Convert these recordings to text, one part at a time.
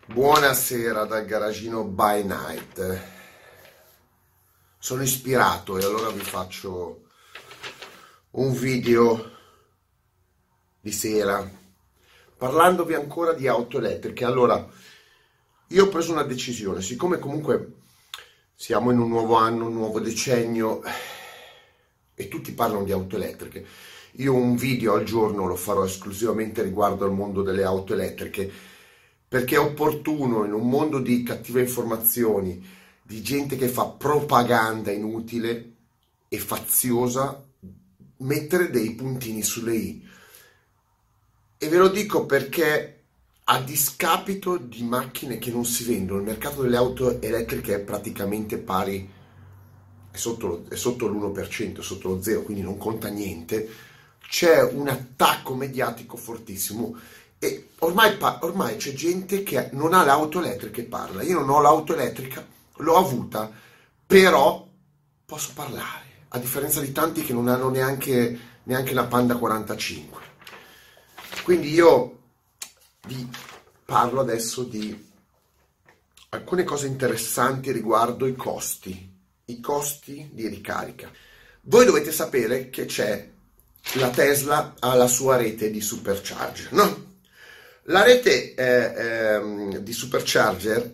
Buonasera dal garagino by night. Sono ispirato e allora vi faccio un video di sera parlandovi ancora di auto elettriche. Allora, io ho preso una decisione, siccome comunque siamo in un nuovo anno, un nuovo decennio e tutti parlano di auto elettriche. Io un video al giorno lo farò esclusivamente riguardo al mondo delle auto elettriche, perché è opportuno in un mondo di cattive informazioni, di gente che fa propaganda inutile e faziosa, mettere dei puntini sulle i. E ve lo dico perché a discapito di macchine che non si vendono, il mercato delle auto elettriche è praticamente pari, è sotto l'1%, è sotto lo zero, quindi non conta niente. C'è un attacco mediatico fortissimo e ormai c'è gente che non ha l'auto elettrica e parla. Io non ho l'auto elettrica, l'ho avuta, però posso parlare, a differenza di tanti che non hanno neanche la Panda 45. Quindi io vi parlo adesso di alcune cose interessanti riguardo i costi di ricarica. Voi dovete sapere che la Tesla ha la sua rete di supercharger, no? La rete di supercharger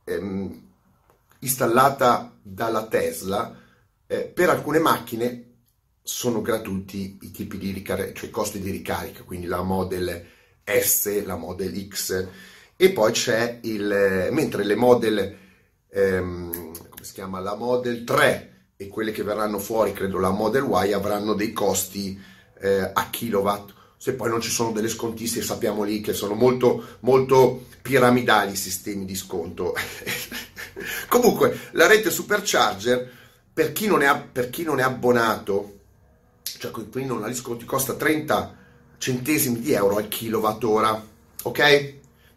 installata dalla Tesla per alcune macchine sono gratuiti i tipi di ricarica, cioè i costi di ricarica, quindi la Model S, la Model X, e poi c'è mentre le Model, come si chiama, la Model 3 e quelle che verranno fuori, credo la Model Y, avranno dei costi a kilowatt. Se poi non ci sono delle scontiste, sappiamo lì che sono molto, molto piramidali i sistemi di sconto. Comunque, la rete supercharger, per chi non è abbonato, cioè quindi non ha gli sconti, costa 30 centesimi di euro al kilowattora, ok?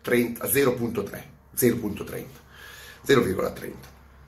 0,30.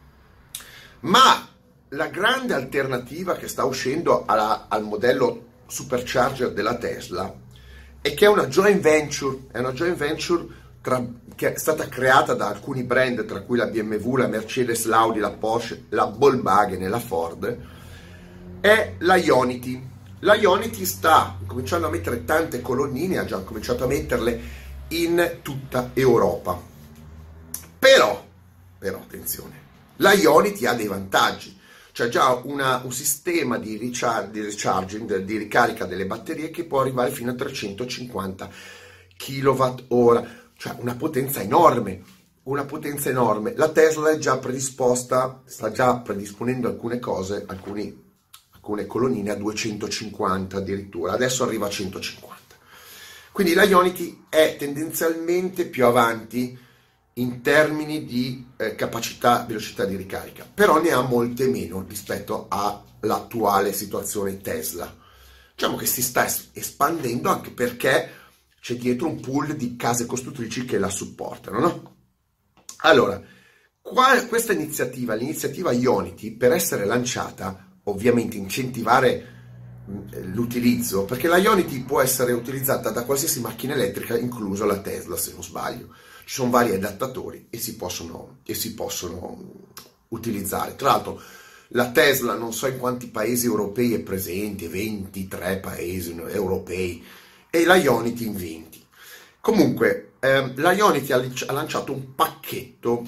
Ma la grande alternativa che sta uscendo al modello supercharger della Tesla è che è una joint venture che è stata creata da alcuni brand, tra cui la BMW, la Mercedes, l'Audi, la Porsche, la Volkswagen e la Ford, è la Ionity. La Ionity sta cominciando a mettere tante colonnine, ha già cominciato a metterle in tutta Europa. Però attenzione, la Ionity ha dei vantaggi. C'è già un sistema di recharging, di ricarica delle batterie che può arrivare fino a 350 kWh, cioè una potenza enorme. La Tesla è già predisposta, sta già predisponendo alcune cose, alcune colonnine a 250 addirittura, adesso arriva a 150. Quindi la Ionity è tendenzialmente più avanti in termini di capacità, velocità di ricarica, però ne ha molte meno rispetto all'attuale situazione Tesla. Diciamo che si sta espandendo anche perché c'è dietro un pool di case costruttrici che la supportano, no? Allora, questa l'iniziativa Ionity, per essere lanciata, ovviamente incentivare l'utilizzo, perché la Ionity può essere utilizzata da qualsiasi macchina elettrica, incluso la Tesla, se non sbaglio. Ci sono vari adattatori e si possono utilizzare. Tra l'altro la Tesla non so in quanti paesi europei è presente, 23 paesi europei, e la Ionity in 20. Comunque la Ionity ha lanciato un pacchetto,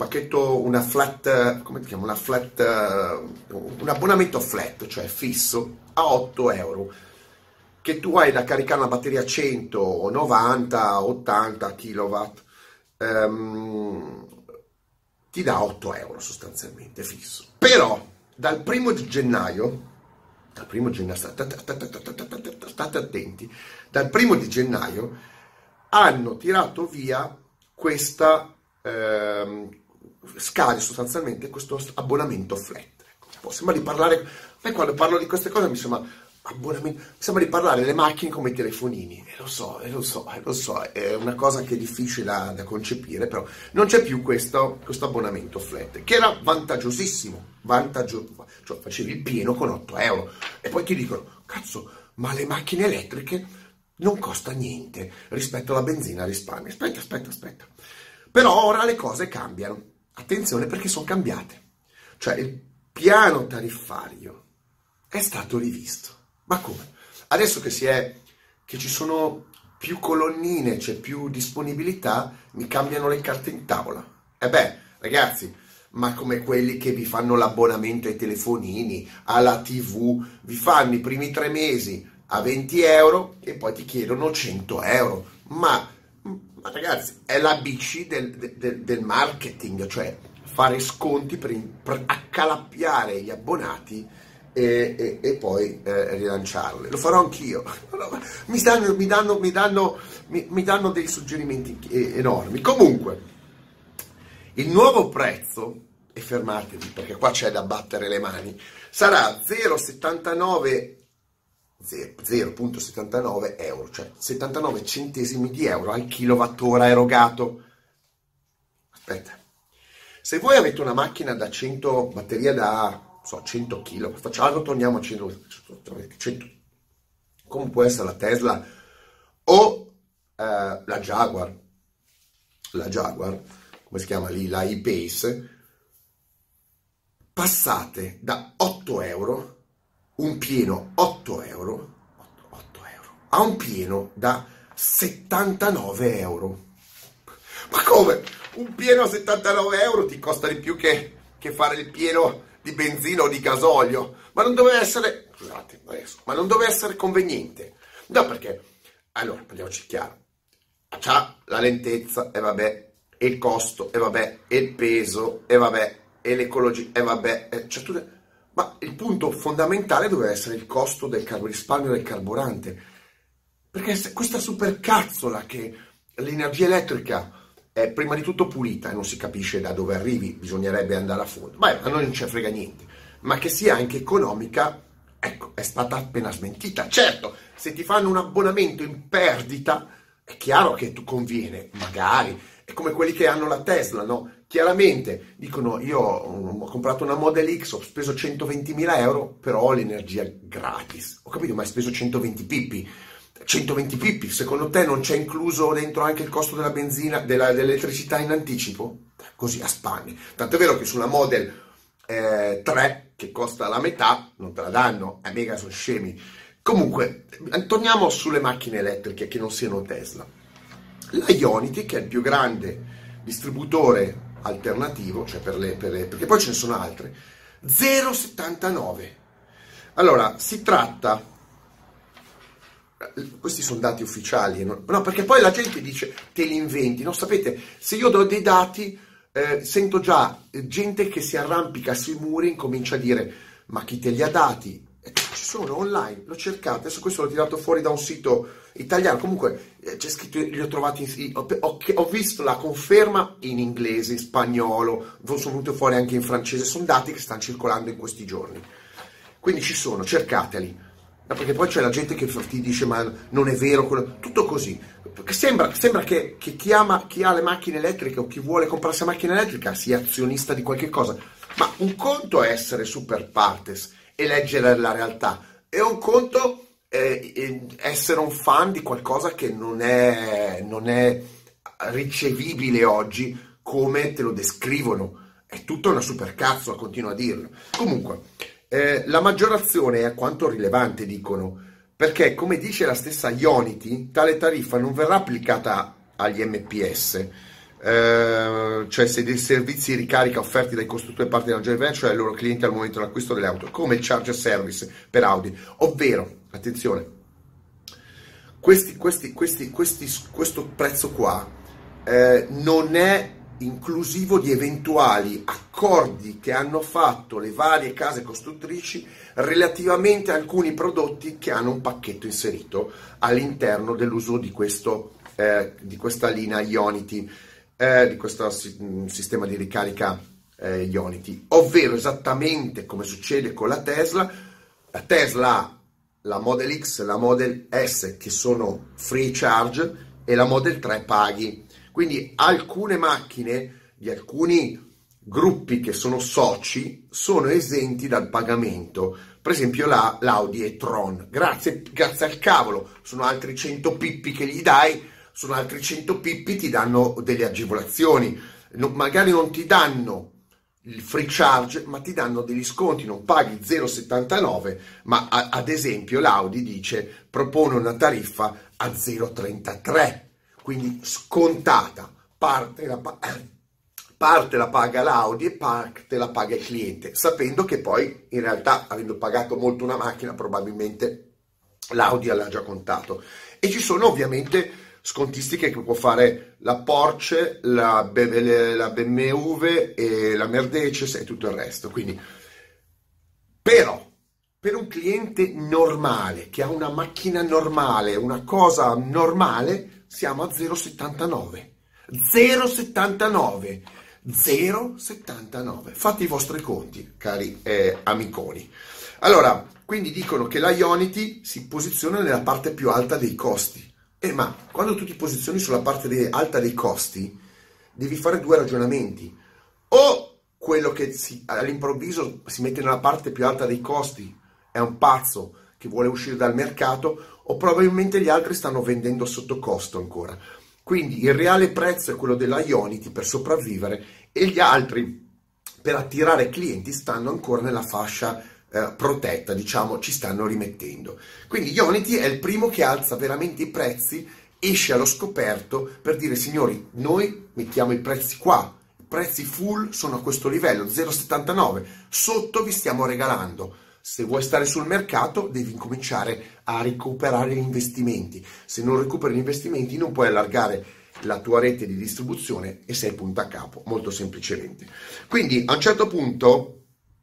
un abbonamento flat, cioè fisso, a 8 euro, che tu hai da caricare una batteria 190, 80 kW, ti dà 8 euro sostanzialmente fisso. Però dal primo di gennaio, state attenti, dal primo di gennaio hanno tirato via questa scade sostanzialmente questo abbonamento flat. Sembra di parlare, quando parlo di queste cose mi sembra di parlare delle macchine come i telefonini, lo so, è una cosa che è difficile da concepire, però non c'è più questo abbonamento flat, che era vantagiosissimo, cioè facevi il pieno con 8 euro, e poi ti dicono, cazzo, ma le macchine elettriche non costa niente rispetto alla benzina, risparmia. Aspetta. Però ora le cose cambiano. Attenzione perché sono cambiate. Cioè il piano tariffario è stato rivisto. Ma come? Adesso che ci sono più colonnine, c'è più disponibilità, mi cambiano le carte in tavola. E beh, ragazzi, ma come quelli che vi fanno l'abbonamento ai telefonini, alla TV, vi fanno i primi 3 mesi a 20 euro e poi ti chiedono 100 euro. Ma ragazzi, è l'ABC del marketing, cioè fare sconti per accalappiare gli abbonati e poi rilanciarle. Lo farò anch'io. Mi danno dei suggerimenti enormi. Comunque, il nuovo prezzo, e fermatevi perché qua c'è da battere le mani, sarà 0,79 euro, cioè 79 centesimi di euro al kilowattora erogato. Aspetta, se voi avete una macchina da 100, batteria da 100 kg, facciamo, torniamo a 100, come può essere la Tesla o la Jaguar, come si chiama lì, la E-Pace, passate da 8 euro, un pieno 8 euro, a un pieno da 79 euro. Ma come? Un pieno a 79 euro ti costa di più che fare il pieno di benzina o di gasolio? Ma non doveva essere, scusate adesso, ma non doveva essere conveniente? No, perché, allora, parliamoci chiaro, c'ha la lentezza, e vabbè, e il costo, e vabbè, e il peso, e vabbè, e l'ecologia, e vabbè, cioè ma il punto fondamentale doveva essere il costo del risparmio del carburante, perché questa supercazzola che l'energia elettrica è prima di tutto pulita e non si capisce da dove arrivi, bisognerebbe andare a fondo, ma a noi non ci frega niente, ma che sia anche economica, ecco, è stata appena smentita. Certo, se ti fanno un abbonamento in perdita, è chiaro che tu conviene, magari, è come quelli che hanno la Tesla, no? Chiaramente dicono, io ho comprato una Model X, ho speso 120.000 euro, però ho l'energia gratis. Ho capito, ma hai speso 120 pippi. 120 pippi, secondo te non c'è incluso dentro anche il costo della benzina, dell'elettricità in anticipo? Così a spanne. Tanto è vero che sulla Model 3, che costa la metà, non te la danno, mega sono scemi. Comunque, torniamo sulle macchine elettriche che non siano Tesla. La Ionity, che è il più grande distributore alternativo, cioè perché poi ce ne sono altre, 0,79. Allora, si tratta, questi sono dati ufficiali, no, perché poi la gente dice te li inventi, no? Sapete, se io do dei dati, sento già gente che si arrampica sui muri, incomincia a dire, ma chi te li ha dati? Ci sono online, l'ho cercato, adesso questo l'ho tirato fuori da un sito italiano, comunque c'è scritto, li ho trovati, ho visto la conferma in inglese, in spagnolo, sono venute fuori anche in francese, sono dati che stanno circolando in questi giorni, quindi ci sono, cercateli, perché poi c'è la gente che ti dice ma non è vero, tutto così, perché sembra che chi ha le macchine elettriche o chi vuole comprarsi la macchina elettrica sia azionista di qualche cosa, ma un conto è essere super partes e leggere la realtà, e un conto essere un fan di qualcosa che non è ricevibile oggi come te lo descrivono. È tutta una supercazzola, continuo a dirlo. Comunque, la maggiorazione è alquanto rilevante, dicono, perché come dice la stessa Ionity, tale tariffa non verrà applicata agli MPS, cioè se dei servizi di ricarica offerti dai costruttori parte della joint venture ai loro clienti al momento dell'acquisto delle auto, come il charger service per Audi, ovvero, attenzione, questo prezzo qua non è inclusivo di eventuali accordi che hanno fatto le varie case costruttrici relativamente a alcuni prodotti che hanno un pacchetto inserito all'interno dell'uso di questa linea Ionity, di questo sistema di ricarica Ionity, ovvero esattamente come succede con la Tesla ha la Model X, la Model S che sono free charge e la Model 3 paghi, quindi alcune macchine di alcuni gruppi che sono soci sono esenti dal pagamento, per esempio l'Audi e-tron, grazie al cavolo, sono altri 100 pippi che gli dai, sono altri 100 pippi, ti danno delle agevolazioni, magari non ti danno il free charge, ma ti danno degli sconti, non paghi 0,79, ma ad esempio l'Audi dice, propone una tariffa a 0,33, quindi scontata, parte la paga l'Audi e parte la paga il cliente, sapendo che poi in realtà, avendo pagato molto una macchina, probabilmente l'Audi l'ha già contato. E ci sono ovviamente scontistiche che può fare la Porsche, la BMW e la Mercedes e tutto il resto. Quindi, però, per un cliente normale, che ha una macchina normale, una cosa normale, siamo a 0,79. 0,79. 0,79. Fate i vostri conti, cari amiconi. Allora, quindi dicono che la Ionity si posiziona nella parte più alta dei costi. Ma quando tu ti posizioni sulla parte alta dei costi, devi fare due ragionamenti. O quello che all'improvviso si mette nella parte più alta dei costi è un pazzo che vuole uscire dal mercato, o probabilmente gli altri stanno vendendo sotto costo ancora. Quindi il reale prezzo è quello della Ionity per sopravvivere, e gli altri, per attirare clienti, stanno ancora nella fascia protetta, diciamo, ci stanno rimettendo. Quindi Ionity è il primo che alza veramente i prezzi, esce allo scoperto per dire: signori, noi mettiamo i prezzi qua, i prezzi full sono a questo livello, 0,79, sotto vi stiamo regalando. Se vuoi stare sul mercato devi incominciare a recuperare gli investimenti, se non recuperi gli investimenti non puoi allargare la tua rete di distribuzione e sei punto a capo, molto semplicemente. Quindi a un certo punto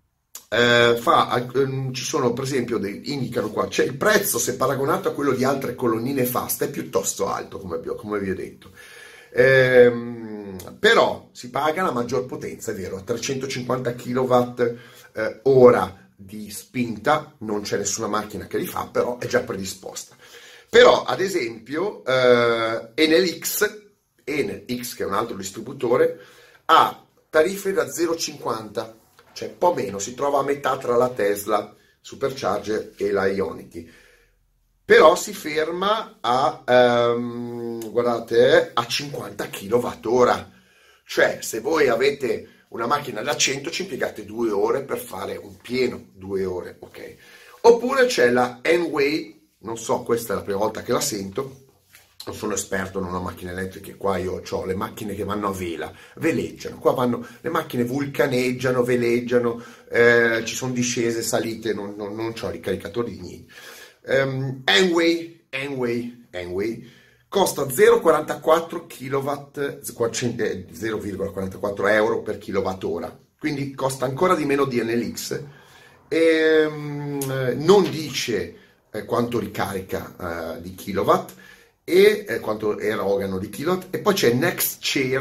ci sono, per esempio, indicano qua, c'è il prezzo, se paragonato a quello di altre colonnine fast, è piuttosto alto, come vi ho detto. Però si paga la maggior potenza, è vero, a 350 kWh di spinta, non c'è nessuna macchina che li fa, però è già predisposta. Però, ad esempio, Enel X, che è un altro distributore, ha tariffe da 0,50, cioè un po' meno, si trova a metà tra la Tesla Supercharger e la Ionity, però si ferma guardate, a 50 kWh, cioè se voi avete una macchina da 100 ci impiegate 2 ore per fare un pieno, 2 ore, ok? Oppure c'è la Enway, non so, questa è la prima volta che la sento, non sono esperto, non ho macchine elettriche, qua io ho le macchine che vanno a vela, veleggiano, qua vanno, le macchine vulcaneggiano, veleggiano, ci sono discese, salite, non ho ricaricatori di niente. Enway costa 0,44 kW, 0,44 euro per kilowattora, quindi costa ancora di meno di NLX, e non dice quanto ricarica di kilowatt e quanto erogano di kilowatt. E poi c'è Next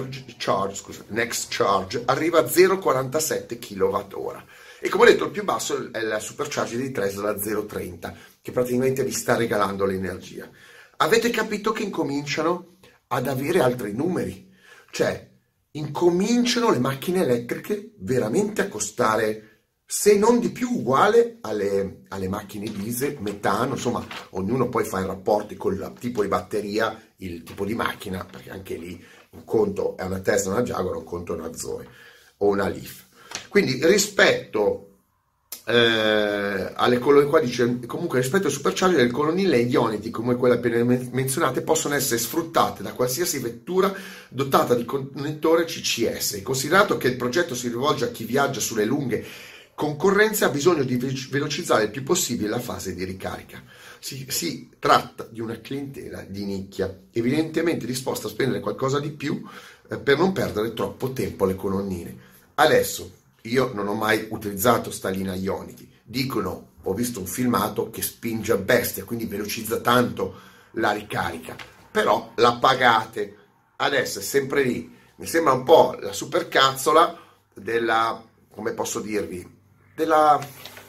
Charge arriva a 0,47 kWh, e come ho detto il più basso è la Supercharger di Tesla 0,30, che praticamente vi sta regalando l'energia. Avete capito che incominciano ad avere altri numeri, cioè incominciano le macchine elettriche veramente a costare, se non di più, uguale alle macchine diesel, metano, insomma, ognuno poi fa i rapporti con il tipo di batteria, il tipo di macchina, perché anche lì un conto è una Tesla, una Jaguar, un conto è una Zoe o una Leaf. Quindi rispetto alle colonnine, qua dice comunque rispetto al Supercharger, le colonnine Ionity come quelle appena menzionate possono essere sfruttate da qualsiasi vettura dotata di connettore CCS. Considerato che il progetto si rivolge a chi viaggia sulle lunghe concorrenze, ha bisogno di velocizzare il più possibile la fase di ricarica. Si tratta di una clientela di nicchia, evidentemente disposta a spendere qualcosa di più per non perdere troppo tempo alle colonnine. Adesso, io non ho mai utilizzato sta linea Ionity, dicono, ho visto un filmato che spinge a bestia, quindi velocizza tanto la ricarica, però la pagate. Adesso è sempre lì, mi sembra un po' la supercazzola della, come posso dirvi, della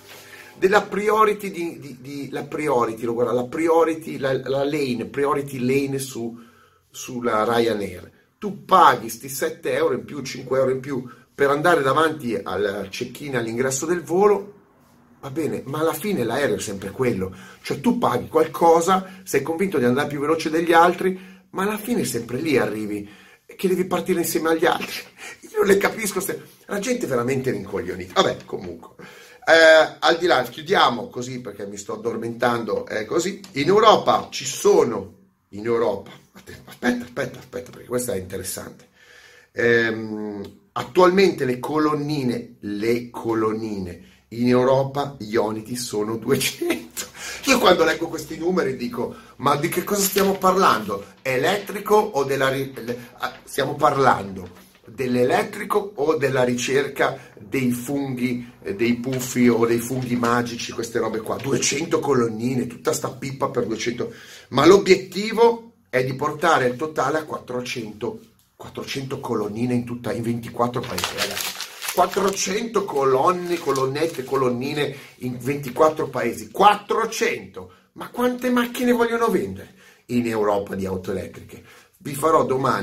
priority la priority lane sulla Ryanair. Tu paghi sti 7 euro in più, 5 euro in più per andare davanti al check-in all'ingresso del volo, va bene, ma alla fine l'aereo è sempre quello, cioè tu paghi qualcosa, sei convinto di andare più veloce degli altri, ma alla fine sempre lì arrivi, che devi partire insieme agli altri. Io non le capisco, la gente è veramente rincoglionita. Vabbè, comunque, al di là, chiudiamo così perché mi sto addormentando, così. In Europa ci sono, in Europa, aspetta, perché questa è interessante. Attualmente le colonnine in Europa ioniti sono 200. Io quando leggo questi numeri dico, ma di che cosa stiamo parlando? Elettrico o stiamo parlando dell'elettrico o della ricerca dei funghi, dei puffi o dei funghi magici, queste robe qua? 200 colonnine, tutta sta pippa per 200, ma l'obiettivo è di portare il totale a 400 colonnine in 24 paesi, ragazzi. 400 colonnine in 24 paesi. 400! Ma quante macchine vogliono vendere in Europa di auto elettriche? Vi farò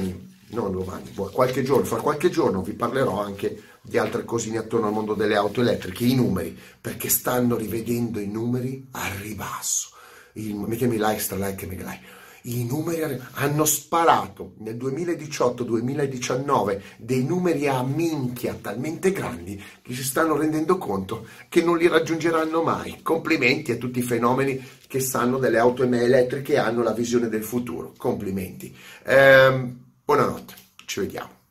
fra qualche giorno vi parlerò anche di altre cosine attorno al mondo delle auto elettriche, i numeri, perché stanno rivedendo i numeri al ribasso. Mettimi like, stralike e mega like. I numeri hanno sparato nel 2018-2019 dei numeri a minchia talmente grandi che si stanno rendendo conto che non li raggiungeranno mai. Complimenti a tutti i fenomeni che sanno delle auto elettriche e hanno la visione del futuro. Complimenti. Buonanotte, ci vediamo.